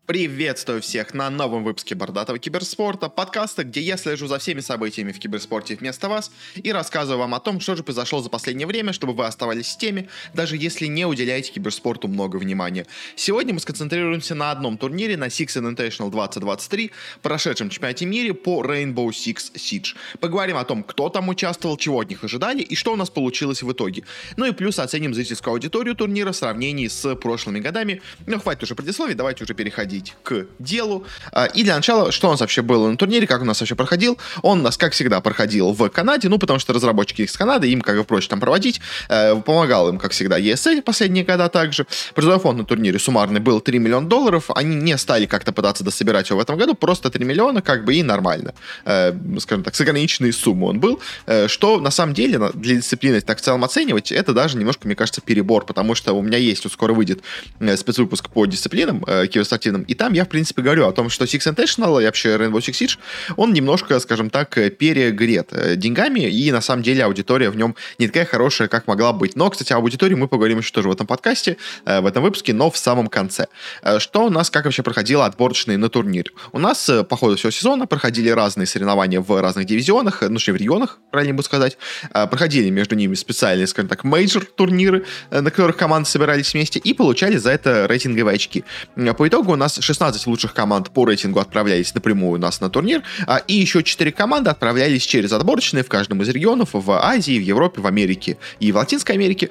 Приветствую всех на новом выпуске Бордатого Киберспорта, подкаста, где я слежу за всеми событиями в киберспорте вместо вас и рассказываю вам о том, что же произошло за последнее время, чтобы вы оставались в теме, даже если не уделяете киберспорту много внимания. Сегодня мы сконцентрируемся на одном турнире, на Six Invitational 2023, прошедшем чемпионате мира по Rainbow Six Siege. Поговорим о том, кто там участвовал, чего от них ожидали и что у нас получилось в итоге. Ну и плюс оценим зрительскую аудиторию турнира в сравнении с прошлыми годами. Ну хватит уже предисловий, давайте уже переходить к делу. И для начала, что у нас вообще было на турнире, как у нас вообще проходил. Он у нас, как всегда, проходил в Канаде, ну, потому что разработчики из Канады, им как бы проще там проводить. Помогал им, как всегда, ESL последние года также. Призовой фонд на турнире суммарный был $3 миллиона. Они не стали как-то пытаться дособирать его в этом году, просто 3 миллиона, как бы, и нормально. Скажем так, с ограниченной суммой он был. Что, на самом деле, для дисциплины так в целом оценивать, это даже немножко, мне кажется, перебор, потому что у меня есть, вот скоро выйдет спецвыпуск по дисциплинам киберспортивным, и там я, в принципе, говорю о том, что Six Invitational и вообще Rainbow Six Siege, он немножко, скажем так, перегрет деньгами, и на самом деле аудитория в нем не такая хорошая, как могла быть. Но, кстати, о аудитории мы поговорим еще тоже в этом подкасте, в этом выпуске, но в самом конце. Что у нас, как вообще проходило отборочные на турнире? У нас по ходу всего сезона проходили разные соревнования в разных дивизионах, ну, в регионах, правильно буду сказать. Проходили между ними специальные, скажем так, мейджор-турниры, на которых команды собирались вместе и получали за это рейтинговые очки. По итогу у нас 16 лучших команд по рейтингу отправлялись напрямую у нас на турнир, и еще 4 команды отправлялись через отборочные в каждом из регионов в Азии, в Европе, в Америке и в Латинской Америке.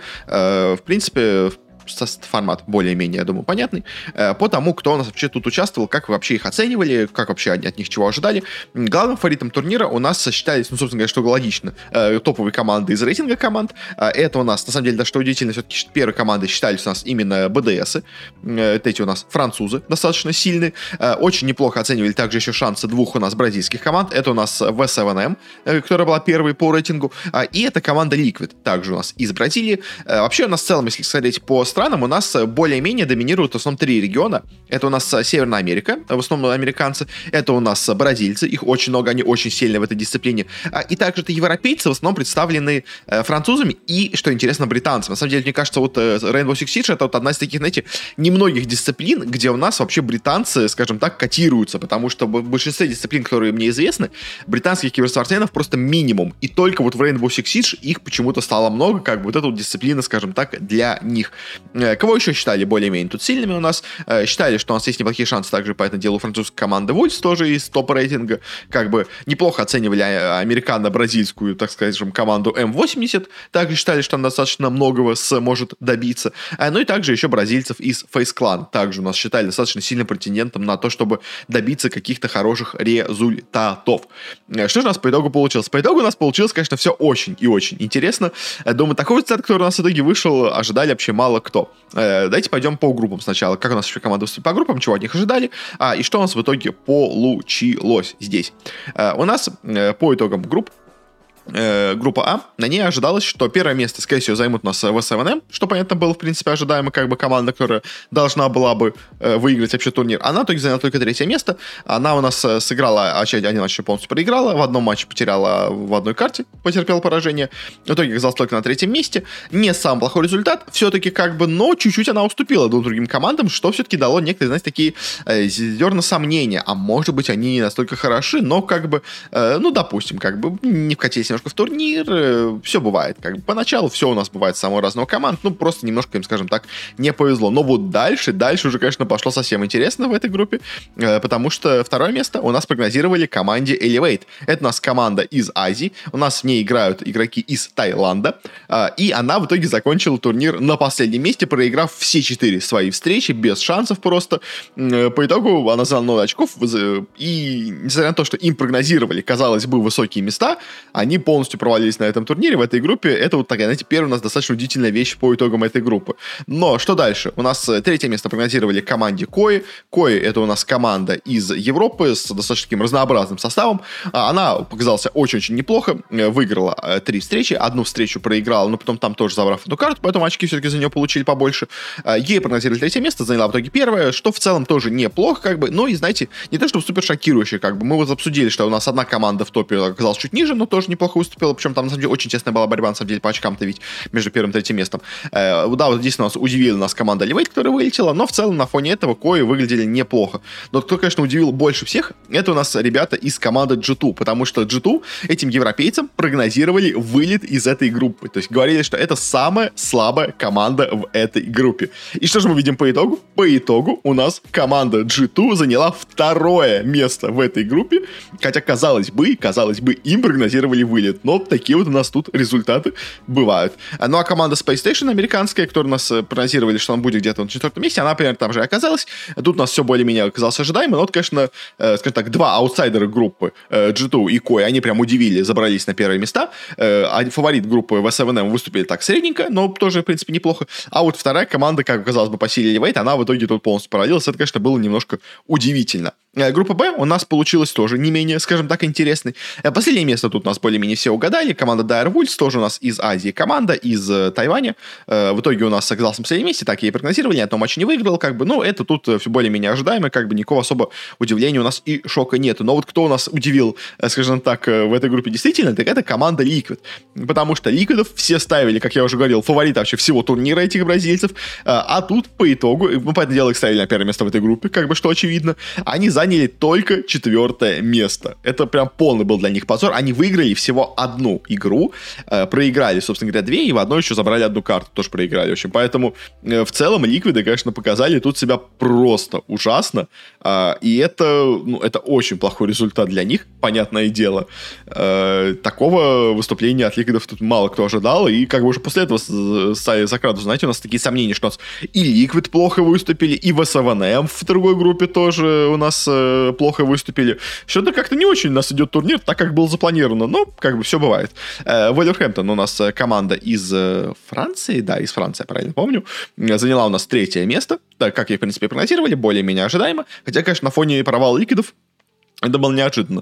В принципе, формат более-менее, я думаю, понятный, по тому, кто у нас вообще тут участвовал, как вы вообще их оценивали, как вообще от них чего ожидали. Главным фаворитом турнира у нас считались, ну, собственно говоря, что логично, топовые команды из рейтинга команд. Это у нас, на самом деле, даже что удивительно, все-таки первые команды считались у нас именно БДСы. Эти у нас французы, достаточно сильные. Очень неплохо оценивали также еще шансы двух у нас бразильских команд. Это у нас V7M, которая была первой по рейтингу, и это команда Liquid, также у нас из Бразилии. Вообще у нас в целом, если смотреть по странам, у нас более-менее доминируют в основном 3 региона. Это у нас Северная Америка, в основном американцы. Это у нас бразильцы, их очень много, они очень сильны в этой дисциплине. И также это европейцы, в основном представлены французами и, что интересно, британцами. На самом деле, мне кажется, вот Rainbow Six Siege это вот одна из таких, знаете, немногих дисциплин, где у нас вообще британцы, скажем так, котируются, потому что в большинстве дисциплин, которые мне известны, британских киберспортсменов просто минимум. И только вот в Rainbow Six Siege их почему-то стало много, как бы вот эта вот дисциплина, скажем так, для них. Кого еще считали более-менее тут сильными у нас? Считали, что у нас есть неплохие шансы также по этому делу французской команды Wolves, тоже из топ-рейтинга. Как бы неплохо оценивали американо-бразильскую, так скажем, команду М80. Также считали, что она достаточно многого сможет добиться. Ну и также еще бразильцев из Face Clan. Также у нас считали достаточно сильным претендентом на то, чтобы добиться каких-то хороших результатов. Что же у нас по итогу получилось? По итогу у нас получилось, конечно, все очень и очень интересно. Думаю, такой результат, который у нас в итоге вышел, ожидали вообще мало кто. Давайте пойдем по группам сначала. Как у нас еще команда выступила по группам, чего от них ожидали, и что у нас в итоге получилось здесь. У нас по итогам групп группа А, на ней ожидалось, что первое место, скорее всего, займут у нас V7M, что, понятно, было, в принципе, ожидаемо, как бы команда, которая должна была бы выиграть вообще турнир. Она в итоге заняла только 3-е место. Она у нас сыграла, один матч полностью проиграла, в одном матче потеряла в одной карте, потерпела поражение. В итоге оказалась только на 3-м месте. Не самый плохой результат, все-таки как бы, но чуть-чуть она уступила двум другим командам, что все-таки дало некоторые, знаете, такие зерна сомнения. А может быть, они не настолько хороши, но как бы, ну, допустим, как бы не вкатились в турнир, все бывает. Как бы поначалу все у нас бывает с самого разного команд, ну, просто немножко им, скажем так, не повезло. Но вот дальше уже, конечно, пошло совсем интересно в этой группе, потому что второе место у нас прогнозировали команде Elevate. Это у нас команда из Азии, у нас в ней играют игроки из Таиланда, и она в итоге закончила турнир на последнем месте, проиграв все 4 свои встречи, без шансов просто. По итогу она заняла 0 очков, и несмотря на то, что им прогнозировали, казалось бы, высокие места, они полностью провалились на этом турнире, в этой группе. Это вот такая, знаете, первая у нас достаточно удивительная вещь по итогам этой группы. Но что дальше? У нас 3-е место прогнозировали команде Кои. Кои — это у нас команда из Европы с достаточно таким разнообразным составом. Она показалась очень-очень неплохо. Выиграла 3 встречи. Одну встречу проиграла, но потом там тоже забрав эту карту, поэтому очки все-таки за нее получили побольше. Ей прогнозировали 3-е место, заняла в итоге 1-е, что в целом тоже неплохо, как бы. Но и, знаете, не то, чтобы супер шокирующе, как бы. Мы вот обсудили, что у нас одна команда в топе оказалась чуть ниже, но тоже неплохо неплохо выступила, причем там, на самом деле, очень тесная была борьба, на самом деле, по очкам-то ведь между первым и третьим местом. Да, вот здесь нас удивила нас команда Elevate, которая вылетела, но в целом на фоне этого Кои выглядели неплохо. Но кто, конечно, удивил больше всех, это у нас ребята из команды G2, потому что G2 этим европейцам прогнозировали вылет из этой группы. То есть говорили, что это самая слабая команда в этой группе. И что же мы видим по итогу? По итогу у нас команда G2 заняла второе место в этой группе, хотя, казалось бы, им прогнозировали вылет. Но такие вот у нас тут результаты бывают. Ну а команда Space Station американская, которую нас прогнозировали, что она будет где-то на четвертом месте, она, например, там же и оказалась. Тут у нас все более-менее оказалось ожидаемо, но вот, конечно, скажем так, два аутсайдера группы G2 и Koi, они прям удивили, забрались на первые места. Фаворит группы V7M выступили так средненько, но тоже, в принципе, неплохо. А вот вторая команда, как казалось бы, по силе Elevate, она в итоге тут полностью провалилась. Это, конечно, было немножко удивительно. Группа Б у нас получилась тоже не менее, скажем так, интересной. Последнее место тут у нас более-менее все угадали. Команда Dire Wolves тоже у нас из Азии команда, из Тайваня. В итоге у нас оказался на последнем месте, так и прогнозировали, ни одного матча не выиграл, как бы, но это тут все более-менее ожидаемо, как бы никакого особо удивления у нас и шока нету. Но вот кто у нас удивил, скажем так, в этой группе действительно, так это команда Liquid. Потому что Liquidов все ставили, как я уже говорил, фаворита вообще всего турнира этих бразильцев, а тут по итогу, мы, по этому делу, их ставили на первое место в этой группе, как бы, что очевидно, они заняли только 4-е место. Это прям полный был для них позор. Они выиграли всего одну игру, проиграли, собственно говоря, 2, и в одной еще забрали одну карту, тоже проиграли. В общем, поэтому в целом Ликвиды, конечно, показали тут себя просто ужасно, и это очень плохой результат для них, понятное дело. Такого выступления от Ликвидов тут мало кто ожидал, и как бы уже после этого стали закрадываться, знаете, у нас такие сомнения, что у нас и Ликвид плохо выступили, и V7M в другой группе тоже у нас плохо выступили. Что-то как-то не очень у нас идет турнир, так как было запланировано, но как бы все бывает. Вольверхэмптон у нас команда из Франции, да, из Франции, я правильно помню, заняла у нас 3-е место, так как и, в принципе, прогнозировали, более-менее ожидаемо, хотя, конечно, на фоне провала Ликвидов это было неожиданно.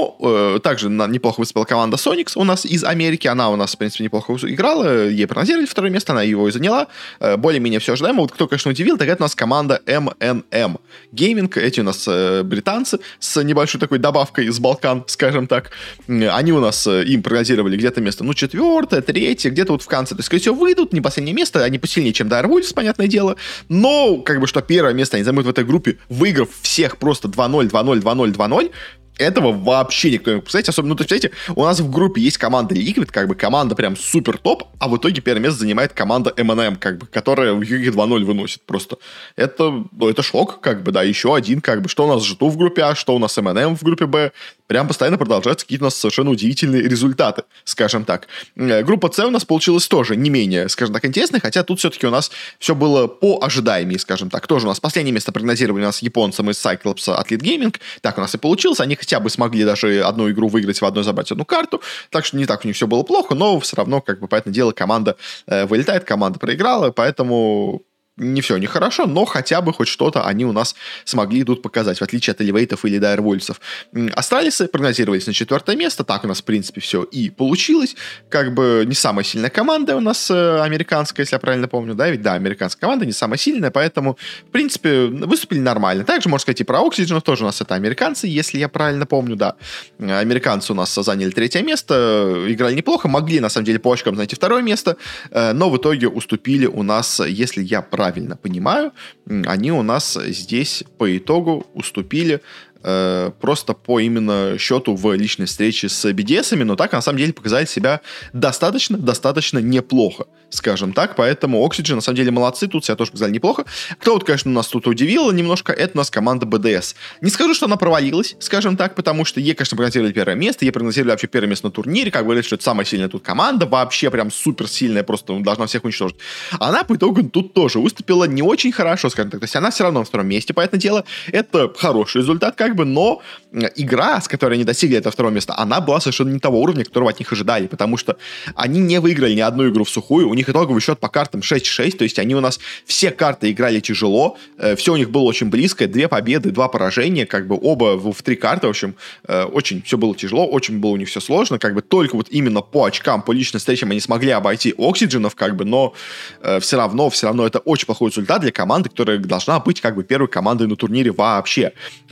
Но также неплохо выступила команда Sonics у нас из Америки. Она у нас, в принципе, неплохо играла. Ей прогнозировали 2-е место, она его и заняла. Более-менее все ожидаемо. Вот кто, конечно, удивил, так это у нас команда MNM Gaming. Эти у нас британцы с небольшой такой добавкой из Балкан, скажем так. Они у нас, им прогнозировали где-то место, 4-е, 3-е, где-то вот в конце. То есть, скорее всего, выйдут, не последнее место. Они посильнее, чем Dire Wolves, понятное дело. Но, как бы, что 1-е место они займут в этой группе, выиграв всех просто 2-0, 2-0, 2-0, 2-0. Этого вообще никто не представляет. Особенно, то есть, представляете, у нас в группе есть команда Liquid, как бы команда прям супер топ, а в итоге 1-е место занимает команда M&M, как бы, которая в Юге 2-0 выносит просто. Это шок, как бы, да, еще один, как бы, что у нас G2 в группе А, что у нас M&M в группе Б. Прям постоянно продолжаются какие-то у нас совершенно удивительные результаты, скажем так. Группа С у нас получилась тоже не менее, скажем так, интересной, хотя тут все-таки у нас все было по ожидаемее, скажем так. Тоже у нас последнее место прогнозировали у нас японцам из Cyclops Athlete Gaming. Так у нас и получилось. Они хотя бы смогли даже одну игру выиграть, в одной забрать одну карту. Так что не так у них все было плохо, но все равно, как бы, поэтому дело, команда вылетает, команда проиграла, поэтому не все нехорошо, но хотя бы хоть что-то они у нас смогли тут показать, в отличие от Элевейтов или Dire Wolves'ов. Астралисы прогнозировались на 4-е место, так у нас, в принципе, все и получилось. Как бы не самая сильная команда у нас американская, если я правильно помню, да, ведь да, американская команда не самая сильная, поэтому, в принципе, выступили нормально. Также, можно сказать, и про Oxygen, тоже у нас это американцы, если я правильно помню, да. Американцы у нас заняли 3-е место, играли неплохо, могли, на самом деле, по очкам найти 2-е место, но в итоге уступили у нас, если я правильно понимаю, они у нас здесь по итогу уступили просто по именно счету в личной встрече с BDS-ами, но так, на самом деле, показали себя достаточно неплохо, скажем так, поэтому Oxygen, на самом деле, молодцы, тут себя тоже показали неплохо. Кто вот, конечно, нас тут удивил немножко, это у нас команда BDS. Не скажу, что она провалилась, скажем так, потому что ей, конечно, прогнозировали 1-е место, ей прогнозировали вообще 1-е место на турнире, как говорят, что это самая сильная тут команда, вообще прям супер сильная, просто должна всех уничтожить. Она по итогу тут тоже выступила не очень хорошо, скажем так, то есть она все равно на 2-м месте, поэтому дело, это хороший результат, как бы, но игра, с которой они достигли этого 2-го места, она была совершенно не того уровня, которого от них ожидали, потому что они не выиграли ни одну игру в сухую, у них итоговый счет по картам 6-6, то есть они у нас все карты играли тяжело, все у них было очень близко, 2 победы, 2 поражения, как бы оба в 3 карты, в общем, очень все было тяжело, очень было у них все сложно, как бы только вот именно по очкам, по личным встречам они смогли обойти Oxygen'ов, как бы, но все равно это очень плохой результат для команды, которая должна быть как бы первой командой на турнире вообще. Только 1-е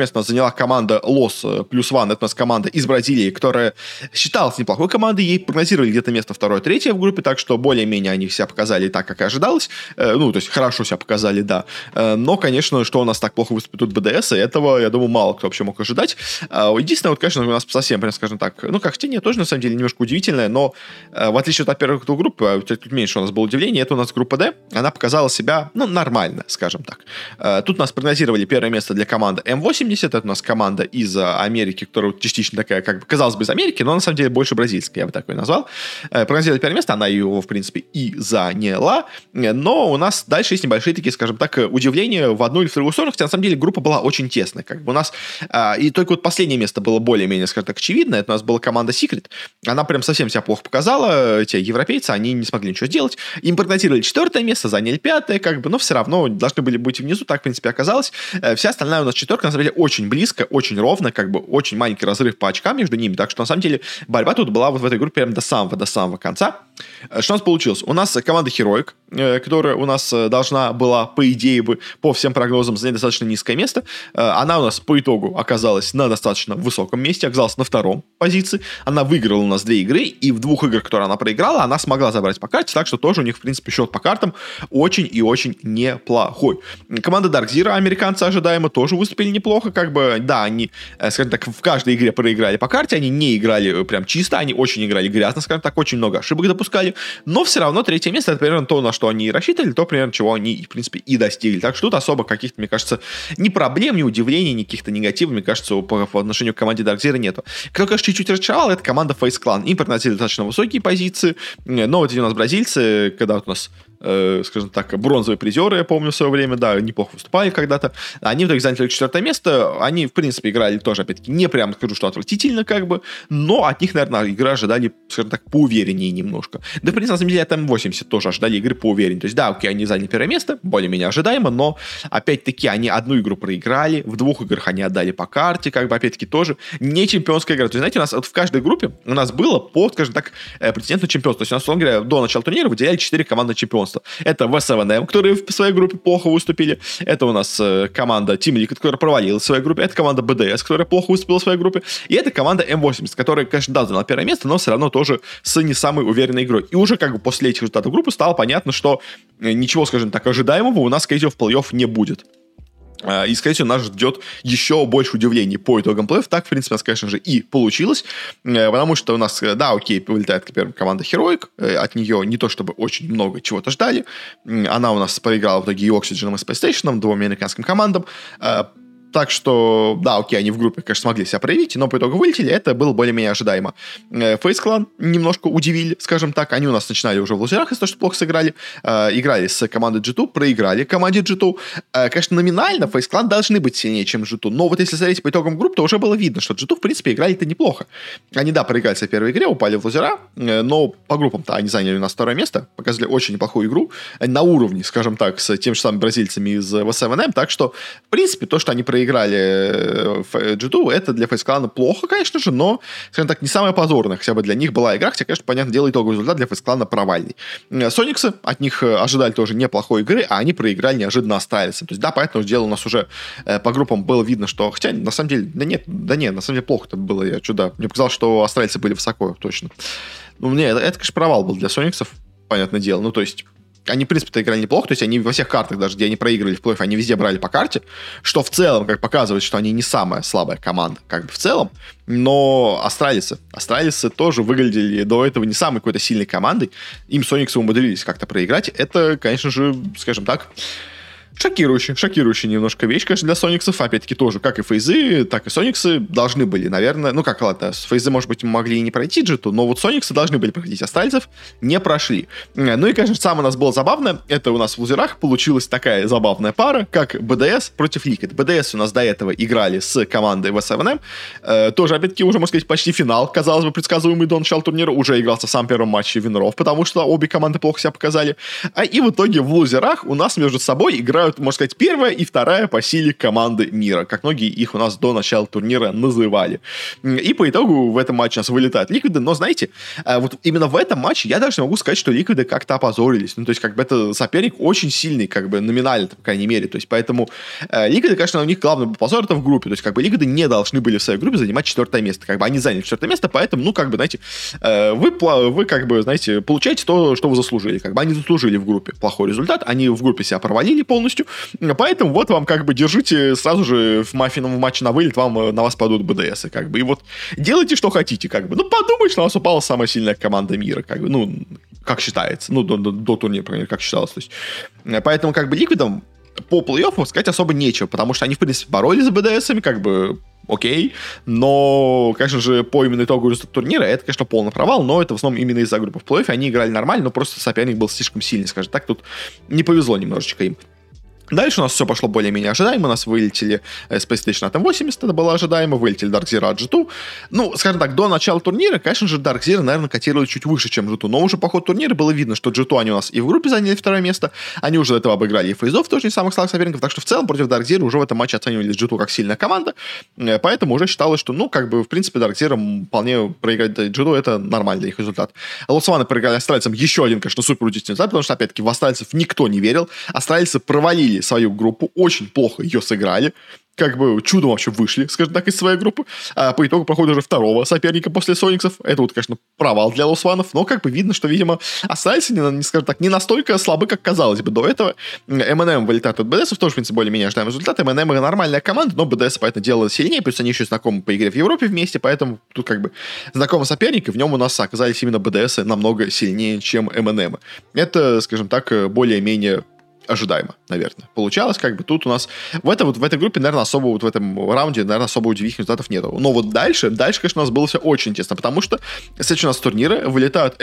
место у нас заняла команда Los плюс One. Это у нас команда из Бразилии, которая считалась неплохой командой. Ей прогнозировали где-то место второе, третье в группе, так что более-менее они себя показали так, как и ожидалось. Ну, то есть хорошо себя показали, да. Но, конечно, что у нас так плохо выступит тут БДС, и этого, я думаю, мало кто вообще мог ожидать. Единственное, вот, конечно, у нас совсем, прям скажем так, ну, как чтение тоже, на самом деле, немножко удивительное, но в отличие от первых двух групп, тут меньше у нас было удивления, это у нас группа D, она показала себя, ну, нормально, скажем так. Тут нас прогнозировали первое место для команды М80, это у нас команда из Америки, которая частично такая, как бы, казалось бы, из Америки, но на самом деле больше бразильская, я бы такой назвал. Прогнозировали первое место, она его, в принципе, и заняла, но у нас дальше есть небольшие такие, скажем так, удивления в одну или в другую сторону, хотя на самом деле группа была очень тесная, как бы у нас, и только вот последнее место было более-менее, скажем так, очевидно, это у нас была команда Secret, она прям совсем себя плохо показала, эти европейцы, они не смогли ничего сделать, им прогнозировали четвертое место, заняли пятое, как бы, но все равно должны были быть внизу, так, в принципе, оказалось. Вся остальная у нас четверка, на самом деле, очень близко, очень ровно, как бы, очень маленький разрыв по очкам между ними, так что, на самом деле, борьба тут была вот в этой группе прям до самого конца. Что у нас получилось? У нас команда Heroic, которая у нас должна была, по идее, бы, по всем прогнозам, занять достаточно низкое место. Она у нас по итогу оказалась на достаточно высоком месте, оказалась на втором позиции. Она выиграла у нас 2 игры, и в 2 играх, которые она проиграла, она смогла забрать по карте, так что тоже у них, в принципе, счет по картам очень и очень неплохой. Команда Dark Zero, американцы, ожидаемо, тоже выступили неплохо, как бы, да, они, скажем так, в каждой игре проиграли по карте, они не играли прям чисто, они очень играли грязно, скажем так, очень много ошибок допускали, но все равно третье место, это примерно то, на что они рассчитывали, то, примерно, чего они, в принципе, и достигли. Так что тут особо каких-то, мне кажется, ни проблем, ни удивлений, ни каких-то негативов, мне кажется, по отношению к команде Dark Zero нету. Кто, конечно, чуть-чуть разочаровал, это команда Face Clan. Им прогнозировали достаточно высокие позиции, но вот эти у нас бразильцы, когда вот у нас, скажем так, бронзовые призеры, я помню, в свое время, да, неплохо выступали когда-то. Они в итоге заняли только 4 место. Они, в принципе, играли тоже, опять-таки, не прям скажу, что отвратительно, как бы, но от них, наверное, игры ожидали, скажем так, поувереннее немножко. Да, в принципе, на самом деле, от М80 тоже ожидали игры поувереннее. То есть, да, окей, они заняли первое место, более-менее ожидаемо, но, опять-таки, они одну игру проиграли, в 2 играх они отдали по карте, как бы, опять-таки, тоже не чемпионская игра. То есть, знаете, у нас вот в каждой группе у нас было по, скажем так, претендент на чемпионство. То есть, у нас, условно говоря, до начала турнира выделяли 4 команды чемпионства. Это V7M, которые в своей группе плохо выступили. Это у нас команда Team Liquid, которая провалилась в своей группе. Это команда BDS, которая плохо выступила в своей группе. И это команда M80, которая, конечно, да, заняла первое место, но все равно тоже с не самой уверенной игрой. И уже как бы после этих результатов группы стало понятно, что ничего, скажем так, ожидаемого у нас, скорее всего, в плей-офф не будет. И, скорее всего, нас ждет еще больше удивлений по итогам плей-офф. Так, в принципе, у нас, конечно же, и получилось. Потому что у нас, да, окей, вылетает первая команда Heroic. От нее не то чтобы очень много чего-то ждали. Она у нас проиграла в итоге и Oxygen, и Space Station, 2 американским командам. Так что, да, окей, они в группе, конечно, смогли себя проявить, но по итогу вылетели, это было более-менее ожидаемо. Face Clan немножко удивили, скажем так, они у нас начинали уже в лузерах из-за того, что плохо сыграли, играли с командой G2, проиграли команде G2. Конечно, номинально Face Clan должны быть сильнее, чем G2, но вот если смотреть по итогам групп, то уже было видно, что G2, в принципе, играли-то неплохо. Они, да, проиграли в первой игре, упали в лузера, но по группам-то они заняли у нас второе место, показали очень неплохую игру, на уровне, скажем так, с теми же самыми бразильцами из V7M, так что, в принципе, то, что они проиграли G2, это для Face Clan плохо, конечно же, но, скажем так, не самое позорное хотя бы для них была игра, хотя, конечно, понятное дело, итоговый результат для Face Clan провальный. Сониксы, от них ожидали тоже неплохой игры, а они проиграли неожиданно Астралисом. То есть, да, поэтому дело у нас уже по группам было видно, что, хотя, на самом деле, да нет, на самом деле плохо-то было, я чудо. Мне показалось, что Астралисы были высоко, точно. Ну, мне это, конечно, провал был для Сониксов, понятное дело, ну, то есть они, в принципе-то, играли неплохо, то есть они во всех картах, даже где они проигрывали в плей-офф, они везде брали по карте, что в целом, как показывает, что они не самая слабая команда, как бы в целом, но Астралисы тоже выглядели до этого не самой какой-то сильной командой, им Сониксы умудрились как-то проиграть, это, конечно же, скажем так, шокирующая немножко вещь, конечно, для Сониксов. Опять-таки тоже, как и Фейзы, так и Сониксы должны были, наверное, ну как, ладно, Фейзы, может быть, могли и не пройти G2, но вот Сониксы должны были проходить, Астральцев не прошли. Ну и, конечно, самое у нас было забавно, это у нас в лузерах получилась такая забавная пара, как BDS против Liquid. BDS у нас до этого играли с командой V7M, тоже, опять-таки, уже, можно сказать, почти финал, казалось бы, предсказуемый до начала турнира, уже игрался в самом первом матче Винров, потому что обе команды плохо себя показали. И в итоге в лузерах у нас между собой играют играют, можно сказать, первая и вторая по силе команды мира, как многие их у нас до начала турнира называли. И по итогу в этом матче у нас вылетают Ликвиды, но, знаете, вот именно в этом матче я даже не могу сказать, что Ликвиды как-то опозорились. Ну, то есть, как бы это соперник очень сильный, как бы номинально, по крайней мере. То есть, поэтому Ликвиды, конечно, у них главный был позор это в группе. То есть, как бы Ликвиды не должны были в своей группе занимать 4 место. Как бы они заняли 4 место, поэтому, ну, как бы, знаете, вы как бы, знаете, получаете то, что вы заслужили. Как бы они заслужили в группе плохой результат, они в группе себя провалили полностью, поэтому вот вам, как бы, держите сразу же в маффиновом матче на вылет, на вас падут БДСы, как бы, и вот делайте, что хотите, как бы. Ну, подумаешь, на вас упала самая сильная команда мира, как бы, ну, как считается, ну, до турнира, например, как считалось, то есть. Поэтому, как бы, Ликвидам по плей-оффу сказать особо нечего, потому что они, в принципе, боролись с БДСами, как бы, окей, но, конечно же, по именно итогу результата турнира, это, конечно, полный провал, но это в основном именно из-за группы в плей-оффе, они играли нормально, но просто соперник был слишком сильный, скажем так, тут не повезло немножечко им. Дальше у нас все пошло более-менее ожидаемо. У нас вылетели Space Station от M80, это было ожидаемо. Вылетели Dark Zero от G2. Ну, скажем так, до начала турнира, конечно же, Dark Zero, наверное, котировали чуть выше, чем G2. Но уже по ходу турнира было видно, что G2 они у нас и в группе заняли 2 место. Они уже до этого обыграли и фейзов, тоже не самых слабых соперников. Так что в целом против Dark Zero уже в этом матче оценивали G2 как сильная команда. Поэтому уже считалось, что, ну, как бы, в принципе, Dark Zero вполне проиграть G2 это нормальный их результат. Лоцваны проиграли австралийцам еще один, конечно, супер удивительный результат, потому что, опять-таки, в австралийцев никто не верил. Австралийцы провалили свою группу, очень плохо ее сыграли, как бы чудом вообще вышли, скажем так, из своей группы. А по итогу проходит уже второго соперника после Сониксов. Это вот, конечно, провал для Лосванов, но как бы видно, что, видимо, остались, скажем так, не настолько слабы, как казалось бы до этого. МНМ вылетает от БДСов, тоже, в принципе, более-менее ожидаемый результат. МНМ нормальная команда, но БДС, поэтому, делала сильнее, плюс они еще знакомы по игре в Европе вместе, поэтому тут как бы знакомый соперник, и в нем у нас оказались именно БДСы намного сильнее, чем МНМ. Это, скажем так, более-менее ожидаемо, наверное. Получалось, как бы тут у нас в этой группе, наверное, особо вот в этом раунде, наверное, особо удивительных результатов нету. Но вот дальше, конечно, у нас было все очень интересно, потому что следующий у нас с турнира вылетают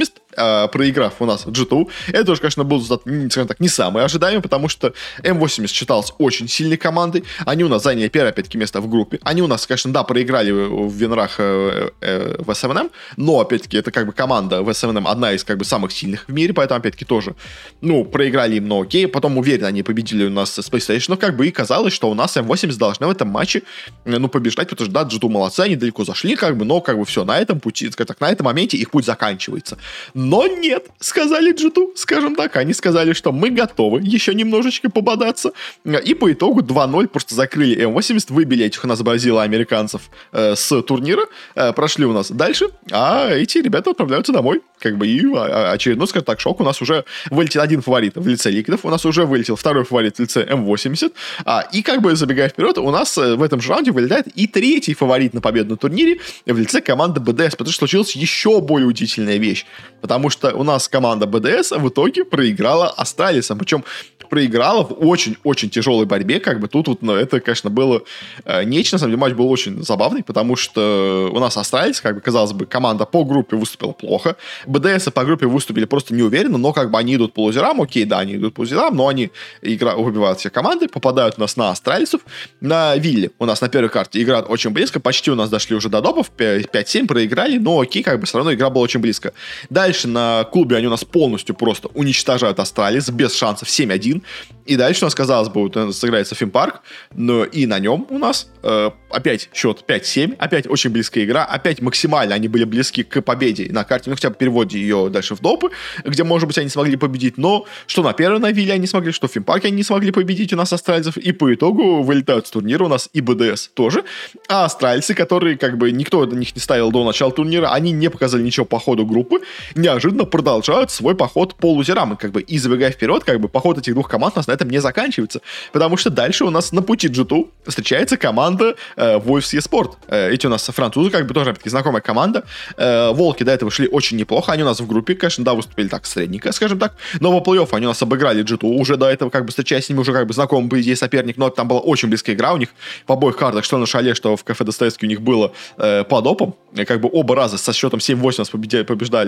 M80, проиграв у нас G2. Это тоже, конечно, был результат, скажем так, не самый ожидаемый, потому что M80 считалась очень сильной командой. Они у нас заняли первое, опять-таки, место в группе. Они у нас, конечно, да, проиграли в винрах в SMNM, но, опять-таки, это как бы команда в SMNM одна из как бы самых сильных в мире, поэтому, опять-таки, тоже, ну, проиграли им, но окей, потом уверенно они победили у нас Space Station, но как бы и казалось, что у нас M80 должны в этом матче, ну, побеждать, потому что, да, G2 молодцы, они далеко зашли, как бы, но, как бы, все, на этом пути, скажем так, на этом моменте их путь заканчивается. Но нет, сказали G2, скажем так, они сказали, что мы готовы еще немножечко пободаться, и по итогу 2-0 просто закрыли M80, выбили этих у нас бразило-американцев с турнира, прошли у нас дальше, а эти ребята отправляются домой, как бы, и очередной, скажем так, шок, у нас уже вылетел один фаворит в лице Ликвидов, у нас уже вылетел второй фаворит в лице M80, и как бы забегая вперед, у нас в этом же раунде вылетает и третий фаворит на победу на турнире в лице команды BDS, потому что случилась еще более удивительная вещь, потому что у нас команда BDS в итоге проиграла Астралисам, причем проиграла в очень-очень тяжелой борьбе, как бы тут вот, ну, это, конечно, было нечто, на самом деле матч был очень забавный, потому что у нас Астралис, как бы, казалось бы, команда по группе выступила плохо, BDS по группе выступили просто неуверенно, но как бы они идут по лузерам, окей, да, они идут по лузерам, но они выбивают все команды, попадают у нас на Астралисов, на Вилле у нас на первой карте играют очень близко, почти у нас дошли уже до допов, 5-7 проиграли, но окей, как бы все равно игра была очень близко. Дальше на клубе они у нас полностью просто уничтожают Астралис без шансов 7-1, и дальше у нас, казалось бы, вот, сыграется Фимпарк, но и на нем у нас опять счет 5-7, опять очень близкая игра, опять максимально они были близки к победе на карте, ну хотя бы переводе ее дальше в допы, где, может быть, они смогли победить, но что на первой на Вилле они смогли, что в Фимпарке они не смогли победить у нас астральцев, и по итогу вылетают с турнира у нас и БДС тоже, а астральцы, которые как бы никто на них не ставил до начала турнира, они не показали ничего по ходу группы, неожиданно продолжают свой поход по лузерам, и как бы, и забегая вперед, как бы, поход этих двух команд у нас на этом не заканчивается, потому что дальше у нас на пути G2 встречается команда Wolves eSport. Эти у нас французы, как бы, тоже, опять-таки, знакомая команда. Волки до этого шли очень неплохо, они у нас в группе, конечно, да, выступили так средненько, скажем так, но по плей-оффу они у нас обыграли G2, уже до этого, как бы, встречаясь с ними, уже, как бы, знакомый, по идее, соперник, но там была очень близкая игра у них, по обоих картах, что на шале, что в кафе Достоевский у них было по допам, как бы, оба раза со счетом 7-8 нас побеждали Волки,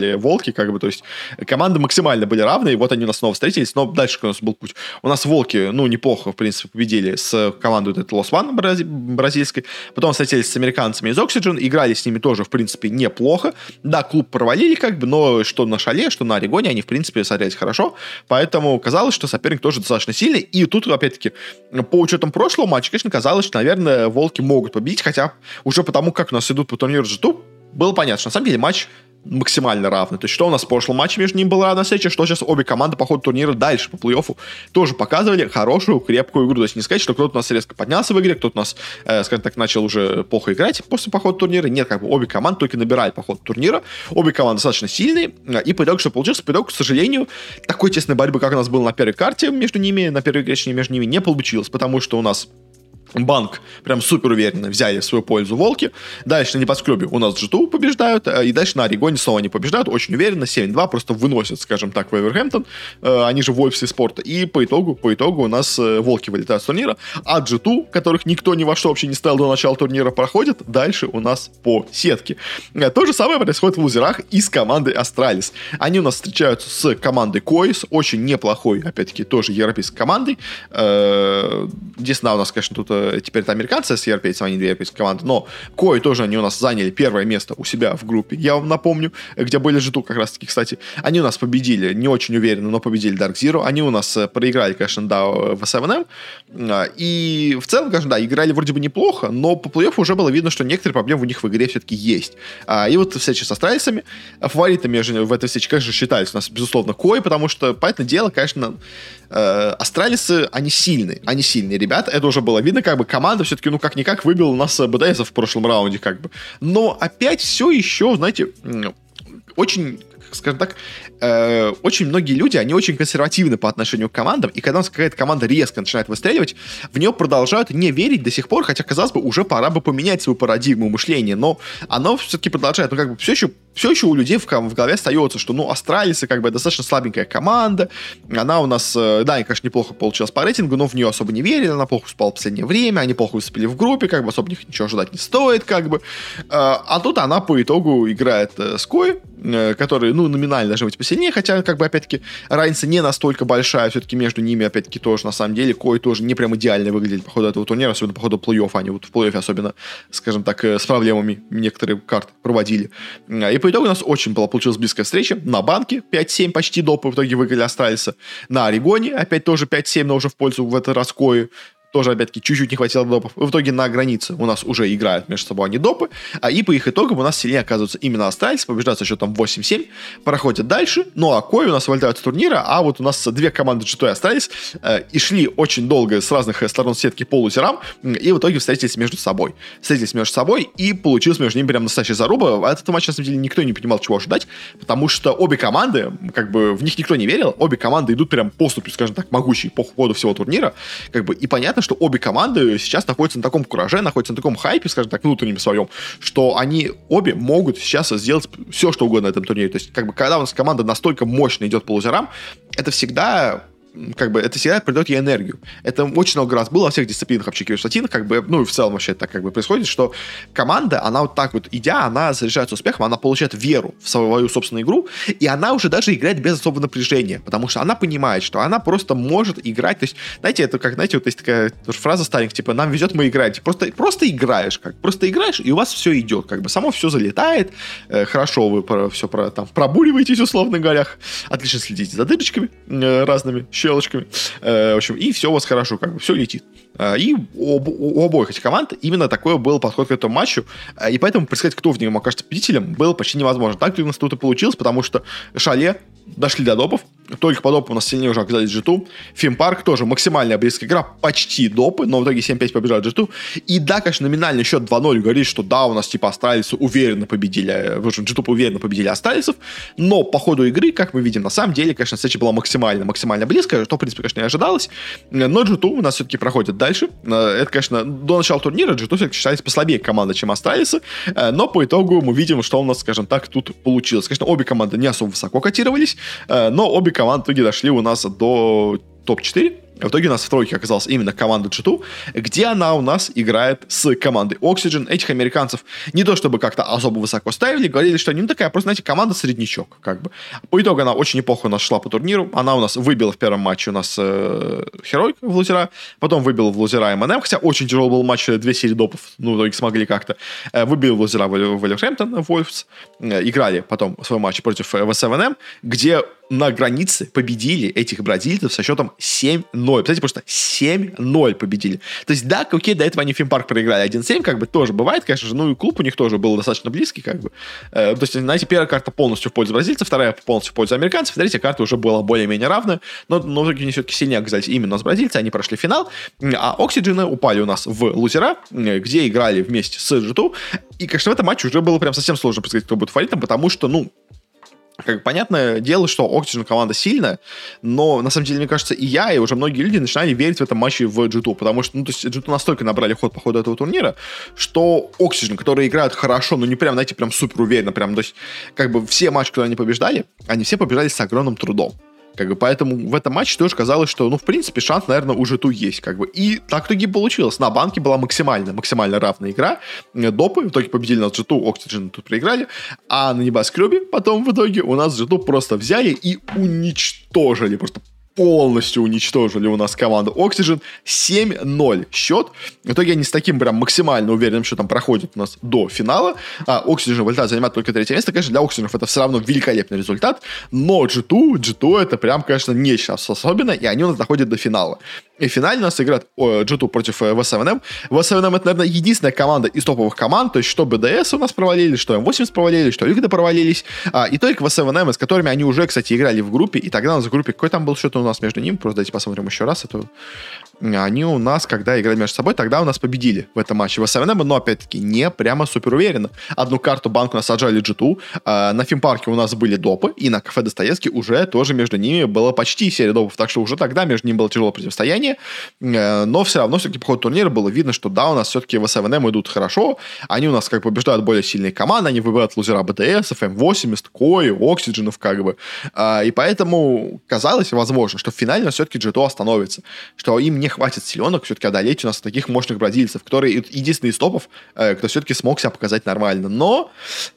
волки, как бы, то есть команды максимально были равны, и вот они у нас снова встретились, но дальше у нас был путь. У нас волки, ну, неплохо, в принципе, победили с командой вот этой Lost One бразильской, потом встретились с американцами из Oxygen, играли с ними тоже, в принципе, неплохо. Да, клуб провалили, как бы, но что на Шале, что на Орегоне, они, в принципе, смотрелись хорошо, поэтому казалось, что соперник тоже достаточно сильный, и тут, опять-таки, по учетам прошлого матча, конечно, казалось, что, наверное, волки могут победить, хотя уже потому, как у нас идут по турниру G2, было понятно, что на самом деле матч максимально равный. То есть, что у нас в прошлом матче между ними была равная встреча, что сейчас обе команды по ходу турнира дальше по плей-оффу тоже показывали хорошую, крепкую игру. То есть, не сказать, что кто-то у нас резко поднялся в игре, кто-то у нас, скажем так, начал уже плохо играть после похода турнира. Нет, как бы обе команды только набирают по ходу турнира. Обе команды достаточно сильные. И по итогу, что получилось? По итогу, к сожалению, такой тесной борьбы, как у нас было на первой карте между ними, на первой игре между ними, не получилось, потому что у нас Банк прям супер уверенно взяли в свою пользу волки. Дальше на небоскребе у нас G2 побеждают, и дальше на Орегоне снова они побеждают, очень уверенно, 7-2, просто выносят, скажем так, Вулверхэмптон, они же Вольфсы спорта, и по итогу у нас волки вылетают с турнира, а G2, которых никто ни во что вообще не ставил до начала турнира, проходят дальше у нас по сетке. То же самое происходит в лузерах и с командой Астралис. Они у нас встречаются с командой Коис, очень неплохой, опять-таки, тоже европейской командой. Единственное, у нас, конечно, тут теперь это американцы с европейцами, они две европейские команды, но Кой тоже они у нас заняли первое место у себя в группе, я вам напомню, где были G2 как раз таки, кстати. Они у нас победили, не очень уверенно, но победили Dark Zero. Они у нас проиграли, конечно, да, в S7M. И в целом, конечно, да, играли вроде бы неплохо, но по плей-оффу уже было видно, что некоторые проблемы у них в игре все-таки есть. И вот встреча с астральцами, фаворитами в этой встрече, конечно, считались у нас, безусловно, Кой, потому что, понятное дело, конечно, астралисы, они сильные ребята, это уже было видно, как бы команда все-таки, ну, как-никак выбила у нас БДС в прошлом раунде, как бы. Но опять все еще, знаете, очень, скажем так, очень многие люди, они очень консервативны по отношению к командам, и когда у нас какая-то команда резко начинает выстреливать, в нее продолжают не верить до сих пор, хотя, казалось бы, уже пора бы поменять свою парадигму мышления, но оно все-таки продолжает, ну, как бы, все еще у людей в голове остается, что, ну, Астралисы, как бы, достаточно слабенькая команда, она у нас, да, и, конечно, неплохо получилась по рейтингу, но в нее особо не верили, она плохо спала в последнее время, они плохо выступили в группе, как бы, особо них ничего ожидать не стоит, как бы, а тут она по итогу играет с Кой, который, ну, номинально должны быть посильнее, хотя, как бы, опять-таки, разница не настолько большая, все-таки между ними, опять-таки, тоже, на самом деле, Кой тоже не прям идеально выглядит по ходу этого турнира, особенно по ходу плей-оффа, они вот в плей-оффе особенно, скажем так, с проблемами некоторые карты проводили. И по итогу у нас очень получилась близкая встреча. На банке 5-7 почти допы в итоге выиграли Астралиса. На Орегоне опять тоже 5-7, но уже в пользу в этот раз Кои. Тоже, опять-таки, чуть-чуть не хватило допов. В итоге на границе у нас уже играют между собой они допы, и по их итогам у нас сильнее оказываются именно Астралис, побеждают со счетом 8-7, проходят дальше, ну а Кой у нас вылетают с турнира, а вот у нас две команды G2 и Астралис и шли очень долго с разных сторон сетки по лузерам, и в итоге встретились между собой. И получилось между ними прям настоящая заруба. От этого матча, на самом деле, никто не понимал, чего ожидать, потому что обе команды, как бы, в них никто не верил, обе команды идут прям поступью, скажем так, могучие по ходу всего турнира, как бы, и понятно, что обе команды сейчас находятся на таком кураже, находятся на таком хайпе, скажем так, внутреннем своем, что они обе могут сейчас сделать все, что угодно на этом турнире. То есть, как бы, когда у нас команда настолько мощно идет по лузерам, это всегда придает ей энергию. Это очень много раз было во всех дисциплинах вообще киберспортивных, как бы, ну и в целом вообще так как бы происходит, что команда, она вот так вот идя, она заряжается успехом, она получает веру в свою собственную игру, и она уже даже играет без особого напряжения, потому что она понимает, что она просто может играть, то есть, знаете, это как, знаете, вот есть такая тоже фраза старенькая, типа, нам везет, мы играем, просто играешь, просто играешь, и у вас все идет, как бы, само все залетает, хорошо вы там пробуриваетесь, условно говоря, отлично следите за дырочками разными, щелочками. В общем, и все у вас хорошо, как бы все летит. И у обоих этих команд именно такой был подход к этому матчу, и поэтому предсказать, кто в нем окажется победителем, было почти невозможно. Так у нас тут и получилось, потому что Шале дошли до допов, только по допу у нас сильнее уже оказались G2. Фимпарк тоже максимальная близкая игра, почти допы, но в итоге 7-5 побежали G2. И да, конечно, номинальный счет 2-0 говорит, что да, у нас типа Астралисы уверенно победили, в общем, G2 уверенно победили Астралисов, но по ходу игры, как мы видим, на самом деле, конечно, встреча была максимально близкая, что, в принципе, конечно, и ожидалось, но G2 у нас все-таки проходит дальше. Это, конечно, до начала турнира G2 все-таки считались послабее команда, чем Астралисы, но по итогу мы видим, что у нас, скажем так, тут получилось. Конечно, обе команды не особо высоко котировались, но обе команды в итоге дошли у нас до топ-4. В итоге у нас в тройке оказалась именно команда G2, где она у нас играет с командой Oxygen. Этих американцев не то чтобы как-то особо высоко ставили, говорили, что они такая, просто, знаете, команда среднячок, как бы. По итогу она очень неплохо у нас шла по турниру. Она у нас выбила в первом матче у нас Heroic в лузера, потом выбила в лузера МНМ, хотя очень тяжелый был матч, 2 серии допов, ну, в итоге смогли как-то. Выбили в лузера Вольверхэмптон, Вольфс, играли потом свой матч против ВСВНМ, где на границе победили этих бразильцев со счетом 7-0. Представляете, просто 7-0 победили. То есть, да, окей, до этого они Фимпарк проиграли 1-7, как бы тоже бывает, конечно же, ну и клуб у них тоже был достаточно близкий, как бы. То есть, знаете, первая карта полностью в пользу бразильцев, вторая полностью в пользу американцев, третья карта уже была более-менее равная, но в итоге они все-таки сильнее оказались именно с бразильцами, они прошли финал, а Oxygen упали у нас в лузера, где играли вместе с G2, и, конечно, в этом матче уже было прям совсем сложно предсказать, кто будет фаворитом, потому что, ну, как бы понятное дело, что Oxygen команда сильная, но на самом деле, мне кажется, и я, и уже многие люди начинали верить в этом матче в G2, потому что, ну, то есть G2 настолько набрали ход по ходу этого турнира, что Oxygen, которые играют хорошо, но не прям, знаете, прям супер уверенно, прям, то есть, как бы все матчи, которые они побеждали, они все побеждали с огромным трудом. Как бы, поэтому в этом матче тоже казалось, что, ну, в принципе, шанс, наверное, у G2 есть, как бы. И так в итоге получилось. На банке была максимально равная игра. Допы в итоге победили нас G2, Oxygen тут проиграли. А на небоскребе потом в итоге у нас G2 просто взяли и уничтожили, просто полностью уничтожили у нас команду Oxygen. 7-0 счет. В итоге они с таким прям максимально уверенным счетом проходят у нас до финала. А Oxygen вылетает занимать только 3-е место. Конечно, для Oxygen это все равно великолепный результат. Но G2 это прям, конечно, нечто особенное. И они у нас доходят до финала. И в финале у нас играет G2 против ВСВНМ. ВСВНМ это, наверное, единственная команда из топовых команд. То есть, что БДС у нас провалились, что М80 провалились, что Ликвиды провалились. И только ВСВНМ, с которыми они уже, кстати, играли в группе. И тогда у нас в группе, какой там был счет у нас между ними? Просто давайте посмотрим еще раз. Это они у нас, когда играли между собой, тогда у нас победили в этом матче ВСВНМ, но, опять-таки, не прямо супер уверенно. Одну карту банк у нас отжали G2. На Фимпарке у нас были допы. И на кафе Достоевский уже тоже между ними было почти серия допов. Так что уже тогда между ними было тяжелое противостояние. Но все равно, все-таки по ходу турнира было видно, что да, у нас все-таки в СВНМ идут хорошо, они у нас как бы побеждают более сильные команды, они выбивают лузера БТС, М80, Кои, Оксидженов как бы, и поэтому казалось, возможно, что в финале у нас все-таки G2 остановится, что им не хватит силенок все-таки одолеть у нас таких мощных бразильцев, которые единственные из топов, кто все-таки смог себя показать нормально, но...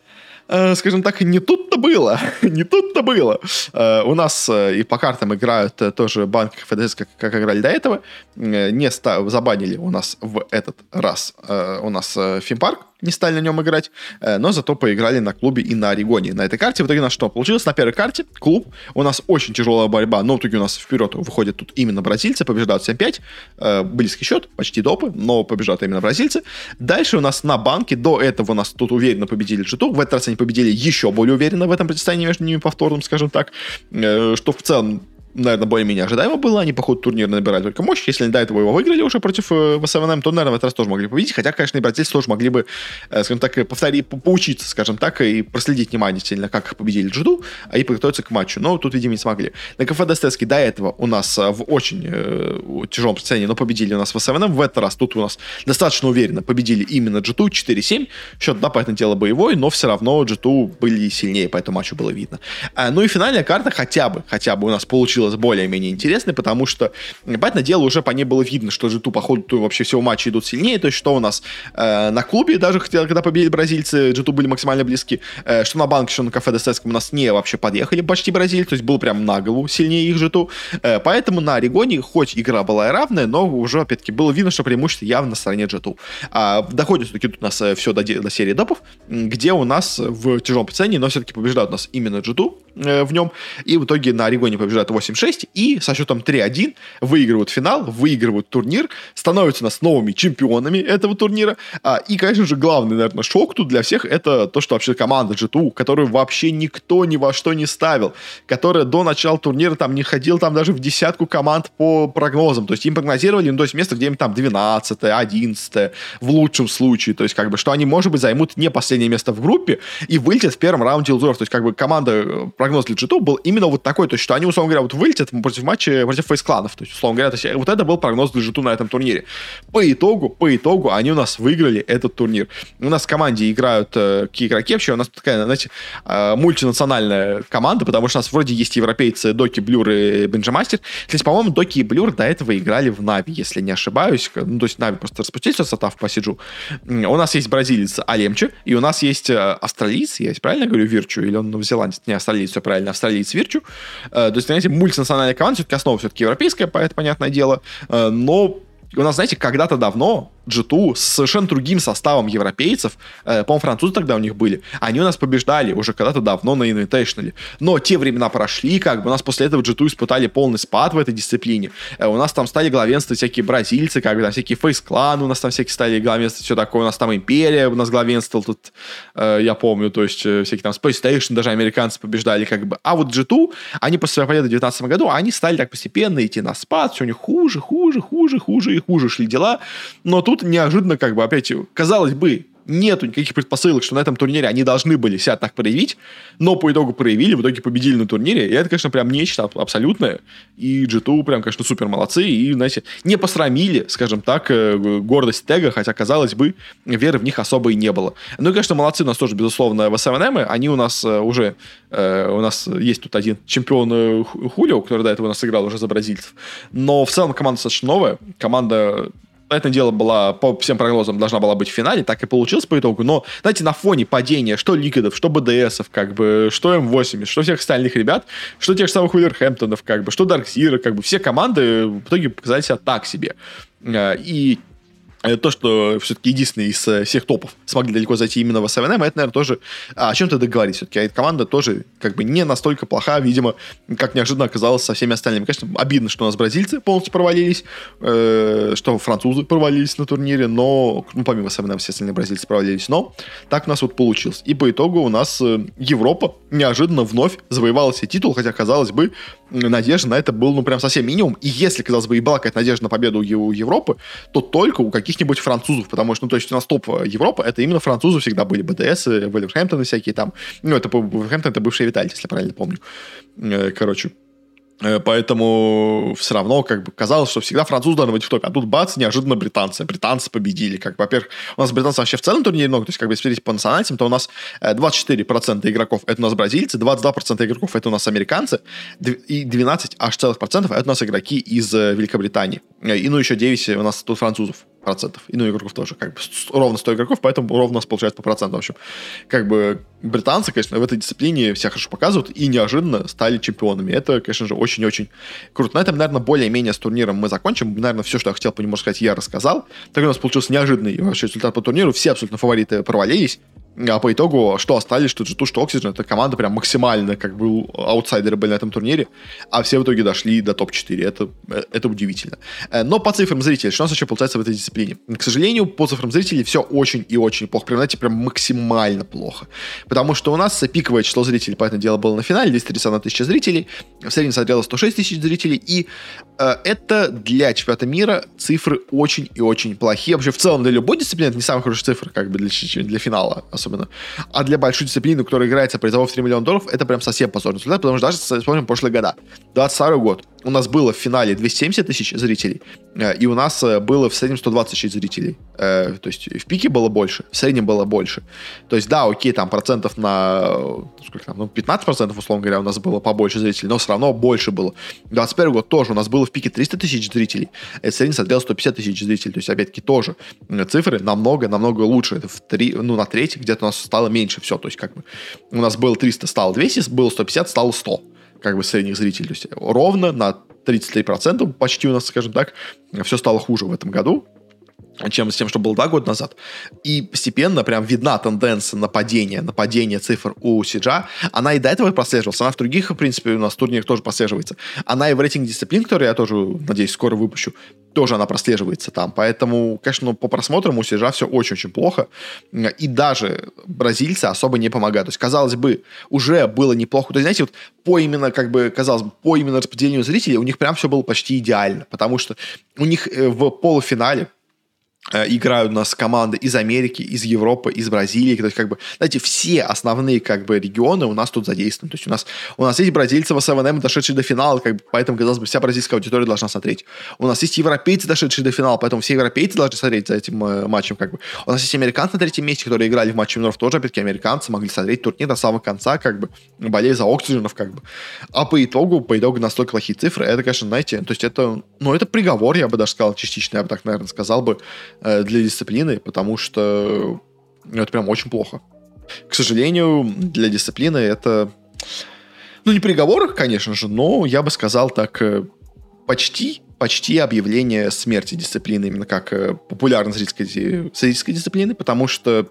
скажем так, не тут-то было. Не тут-то было. У нас и по картам играют тоже банк ФДС, как играли до этого. Не забанили у нас в этот раз у нас Фимпарк. Не стали на нем играть, но зато поиграли на клубе и на Орегоне. На этой карте в итоге у нас что получилось? На первой карте клуб, у нас очень тяжелая борьба, но в итоге у нас вперед выходят тут именно бразильцы, побеждают 7-5, близкий счет, почти допы, но побеждают именно бразильцы. Дальше у нас на банке, до этого у нас тут уверенно победили G2, в этот раз они победили еще более уверенно в этом противостоянии между ними повторным, скажем так, что в целом, наверное, более-менее ожидаемо было. Они по ходу турнира набирали только мощь. Если они до этого его выиграли уже против ВСВНМ, то, наверное, в этот раз тоже могли победить. Хотя, конечно, и бразильцы тоже могли бы, скажем так, поучиться, скажем так, и проследить внимательно, как победили G2, и подготовиться к матчу. Но тут, видимо, не смогли. На КФ Достецкий до этого у нас в очень тяжелом состоянии, но победили у нас ВСВНМ. В этот раз тут у нас достаточно уверенно победили именно G2 4-7. Счет, да, понятное дело, боевой, но все равно G2 были сильнее, по этому матчу было видно. Ну и финальная карта хотя бы у нас получилась более-менее интересной, потому что, понятное дело, уже по ней было видно, что G2 по ходу вообще всего матча идут сильнее, то есть что у нас на клубе, даже когда победили бразильцы, G2 были максимально близки, что на банке, что на кафе Достоевском у нас не вообще подъехали почти бразильцы, то есть был прям на голову сильнее их G2, поэтому на Орегоне, хоть игра была и равная, но уже, опять-таки, было видно, что преимущество явно на стороне G2. Доходит все-таки тут у нас все до серии допов, где у нас в тяжелом противостоянии, но все-таки побеждают у нас именно G2 в нем, и в итоге на Орегоне побеждают 8-6, и со счетом 3-1 выигрывают финал, выигрывают турнир, становятся у нас новыми чемпионами этого турнира, и, конечно же, главный, наверное, шок тут для всех, это то, что вообще команда G2, которую вообще никто ни во что не ставил, которая до начала турнира там не ходила там даже в десятку команд по прогнозам, то есть им прогнозировали, ну, то есть место где-нибудь там 12-е, 11-е, в лучшем случае, то есть как бы, что они, может быть, займут не последнее место в группе и вылетят в первом раунде лузеров, то есть как бы команда прогноз для G2 был именно вот такой, то есть, что они, условно говоря, вот вылетят против матча, против фейс-кланов, то есть, условно говоря, то есть, вот это был прогноз для G2 на этом турнире. По итогу, они у нас выиграли этот турнир. У нас в команде играют какие игроки вообще, у нас такая, знаете, мультинациональная команда, потому что у нас вроде есть европейцы Доки, Блюр и Бенджамастер. Кстати, по-моему, Доки и Блюр до этого играли в Нави, если не ошибаюсь. Ну, то есть Нави просто распустили свой состав по Сиджу. У нас есть бразилец Алемчи, и у нас есть австралиец, я правильно говорю, Вирчу, или он новозеландец? Не, австралиец, все правильно, австралиец Вирчу. То есть, знаете, мультинациональная команда, все-таки основа все-таки европейская, это понятное дело, но у нас, знаете, когда-то давно G2 с совершенно другим составом европейцев, по-моему, французы тогда у них были, они у нас побеждали уже когда-то давно на Invitational. Но те времена прошли, как бы у нас после этого G2 испытали полный спад в этой дисциплине. У нас там стали главенствовать всякие бразильцы, как бы там всякие фейс-кланы, у нас там всякие стали главенствовать, все такое, у нас там Империя у нас главенствовал тут, я помню, то есть всякие там Space Station, даже американцы побеждали, как бы. А вот G2, они после своей победы в 2019 году, они стали так постепенно идти на спад, все у них хуже и хуже шли дела, но тут неожиданно, как бы, опять, казалось бы, нету никаких предпосылок, что на этом турнире они должны были себя так проявить, но по итогу проявили, в итоге победили на турнире, и это, конечно, прям нечто абсолютное, и G2 прям, конечно, супер молодцы, и, знаете, не посрамили, скажем так, гордость Тега, хотя, казалось бы, веры в них особо и не было. Ну и, конечно, молодцы у нас тоже, безусловно, в СМНМ, они у нас уже, у нас есть тут один чемпион Хулио, который до этого у нас играл уже за бразильцев, но в целом команда достаточно новая, команда... Это дело была, по всем прогнозам, должна была быть в финале, так и получилось по итогу, но, знаете, на фоне падения что Ликвидов, что БДСов, как бы, что М80, что всех остальных ребят, что тех же самых Уилверхэмптонов, как бы, что Даркзира, как бы, все команды в итоге показали себя так себе. И то, что все-таки единственные из всех топов смогли далеко зайти именно в СМНМ, это, наверное, тоже о чем-то договорить. Все-таки эта команда тоже как бы не настолько плоха, видимо, как неожиданно оказалось со всеми остальными. Конечно, обидно, что у нас бразильцы полностью провалились, что французы провалились на турнире, но, ну, помимо СМНМ, все остальные бразильцы провалились, но так у нас вот получилось. И по итогу у нас Европа неожиданно вновь завоевала себе титул, хотя, казалось бы, надежда на это был, ну, прям совсем минимум. И если, казалось бы, и была какая-то надежда на победу у Европы, то только у каких-нибудь французов, потому что, ну, то есть у нас топ Европы, это именно французы всегда были, БДС, Вулверхэмптоны всякие там, ну, это Вулверхэмптон, это бывший Витальти, если я правильно помню. Короче, поэтому все равно, как бы, казалось, что всегда французы должны быть в топе. А тут бац, неожиданно британцы. Британцы победили. Как бы, во-первых, у нас британцев вообще в целом турнире много. То есть, как бы, если смотреть по национальностям, то у нас 24% игроков это у нас бразильцы, 22% игроков это у нас американцы, и 12 аж целых процентов это у нас игроки из Великобритании. И, ну, еще 9 у нас тут французов. Процентов. И, ну, игроков тоже, как бы, ровно 100 игроков, поэтому ровно у нас получается по процентам. В общем, как бы, британцы, конечно, в этой дисциплине себя хорошо показывают и неожиданно стали чемпионами. Это, конечно же, очень-очень круто. На этом, наверное, более-менее с турниром мы закончим. Наверное, все, что я хотел по нему сказать, я рассказал. Так у нас получился неожиданный вообще результат по турниру. Все абсолютно фавориты провалились. А по итогу, что остались, что G2, что Oxygen, это команда прям максимально, как бы, аутсайдеры были на этом турнире, а все в итоге дошли до топ-4. Это удивительно. Но по цифрам зрителей, что у нас еще получается в этой дисциплине? К сожалению, по цифрам зрителей все очень и очень плохо. Прям, знаете, прям максимально плохо. Потому что у нас пиковое число зрителей, по этому делу, было на финале, 231 тысяча зрителей, в среднем смотрело 106 тысяч зрителей, и это для чемпионата мира цифры очень и очень плохие. Вообще, в целом, для любой дисциплины это не самые хорошие цифры, как бы, для финала особенно. А для большой дисциплины, которая играется призовов $3 миллиона, это прям совсем позорный результат, потому что даже, вспомним прошлые года. 22 год. У нас было в финале 270 тысяч зрителей, и у нас было в среднем 120 тысяч зрителей. То есть в пике было больше, в среднем было больше. То есть, да, окей, там процентов на, сколько там, 15%, условно говоря, у нас было побольше зрителей, но все равно больше было. 21 год тоже у нас было в пике 300 тысяч зрителей, и в среднем смотрело 150 тысяч зрителей. То есть, опять-таки, тоже цифры намного лучше. Это на треть где-то у нас стало меньше все. То есть, как бы, у нас было 300, стало 200, было 150, стало 100. Как бы средних зрителей. То есть ровно на 33% почти у нас, скажем так, все стало хуже в этом году, чем с тем, что было 2 года назад. И постепенно прям видна тенденция на падение цифр у Сиджа. Она и до этого прослеживалась. Она в других, в принципе, у нас турнирах тоже прослеживается. Она и в рейтинге дисциплин, который я тоже, надеюсь, скоро выпущу, тоже она прослеживается там. Поэтому, конечно, по просмотрам у Сиджа все очень-очень плохо. И даже бразильцы особо не помогают. То есть, казалось бы, уже было неплохо. То есть, знаете, вот по именно, как бы, казалось бы, по именно распределению зрителей у них прям все было почти идеально. Потому что у них в полуфинале играют у нас команды из Америки, из Европы, из Бразилии. То есть, как бы, знаете, все основные, как бы, регионы у нас тут задействованы. То есть, у нас есть бразильцы в СВН, дошедшие до финала, как бы, поэтому, казалось бы, вся бразильская аудитория должна смотреть. У нас есть европейцы, дошедшие до финала, поэтому все европейцы должны смотреть за этим матчем, как бы. У нас есть американцы на третьем месте, которые играли в матче миноров, тоже, опять-таки, американцы могли смотреть турнир до самого конца, как бы, болея за Оксидженов, как бы. А по итогу настолько плохие цифры, это, конечно, знаете, то есть, это приговор, я бы даже сказал, частично, я бы так, наверное, сказал бы, для дисциплины, потому что это прям очень плохо. К сожалению, для дисциплины это, не приговор, конечно же, но я бы сказал так, почти объявление смерти дисциплины, именно как популярной зрительской дисциплины, потому что,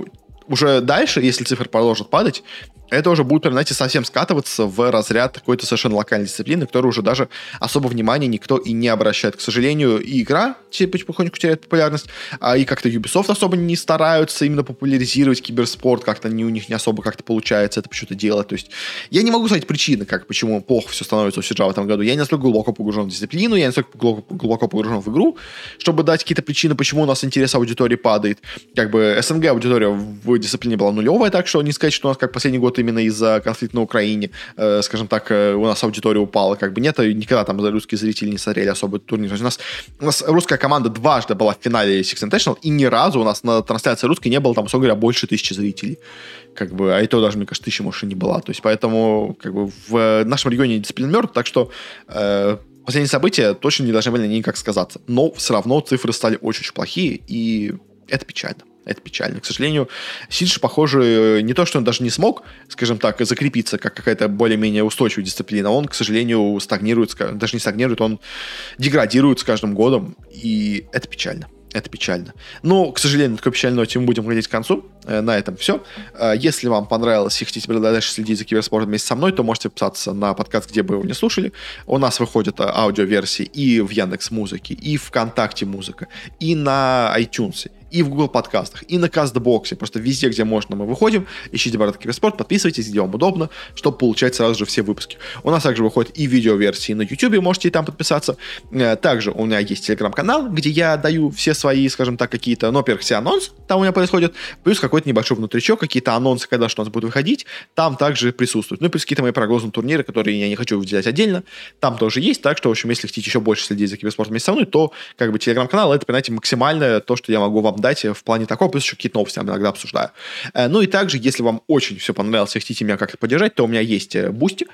уже дальше, если цифры продолжат падать, это уже будет, знаете, совсем скатываться в разряд какой-то совершенно локальной дисциплины, которой уже даже особо внимания никто и не обращает. К сожалению, и игра потихоньку теряет популярность, и как-то Ubisoft особо не стараются именно популяризировать киберспорт, как-то у них не особо как-то получается это почему-то делать. То есть я не могу сказать причины, почему плохо все становится у CJ в этом году. Я не настолько глубоко погружен в дисциплину, я не настолько глубоко погружен в игру, чтобы дать какие-то причины, почему у нас интерес аудитории падает. Как бы СНГ аудитория в дисциплине была нулевая, так что не сказать, что у нас как последний год именно из-за конфликта на Украине, скажем так, у нас аудитория упала, как бы нет, и никогда там русские зрители не смотрели особо турнир. То есть у нас русская команда дважды была в финале Six International, и ни разу у нас на трансляции русской не было там, условно говоря, больше 1000 зрителей. Как бы, а и то даже, мне кажется, 1000, может, и не была. То есть поэтому, как бы, в нашем регионе дисциплина мертва, так что последние события точно не должны были на ней никак сказаться. Но все равно цифры стали очень-очень плохие, и это печально. Это печально. К сожалению, Сидж, похоже, не то, что он даже не смог, скажем так, закрепиться как какая-то более-менее устойчивая дисциплина, он, к сожалению, стагнирует, даже не стагнирует, он деградирует с каждым годом, и это печально. Это печально. Но, к сожалению, на такой печальной ноте мы будем подходить к концу. На этом все. Если вам понравилось и хотите дальше следить за киберспортом вместе со мной, то можете подписаться на подкаст, где бы вы его не слушали. У нас выходят аудиоверсии и в Яндекс.Музыке, и в ВКонтакте Музыка, и на iTunes, и в Google подкастах, и на Кастбоксе. Просто везде, где можно, мы выходим. Ищите Бородатый Киберспорт, подписывайтесь, где вам удобно, чтобы получать сразу же все выпуски. У нас также выходят и видеоверсии на YouTube, можете и там подписаться. Также у меня есть телеграм-канал, где я даю все свои, скажем так, какие-то, во-первых, все анонсы, там у меня происходят, плюс какой-то небольшой внутричок, какие-то анонсы, когда что у нас будет выходить, там также присутствуют. Ну и плюс какие-то мои прогнозы на турниры, которые я не хочу выделять отдельно, там тоже есть. Так что, в общем, если хотите еще больше следить за киберспортом вместе со мной, то, как бы, телеграм-канал — это, понимаете, максимальное то, что я могу вам дать в плане такого, плюс еще какие-то новости я иногда обсуждаю. Ну и также, если вам очень все понравилось и хотите меня как-то поддержать, то у меня есть Boosty,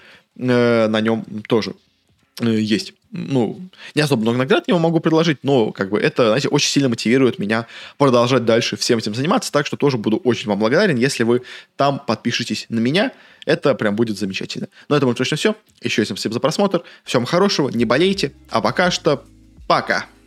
на нем тоже есть. Не особо много наград я вам могу предложить, но, как бы, это, знаете, очень сильно мотивирует меня продолжать дальше всем этим заниматься, так что тоже буду очень вам благодарен, если вы там подпишетесь на меня, это прям будет замечательно. Но это будет точно все. Еще всем спасибо за просмотр, всем хорошего, не болейте, а пока что пока.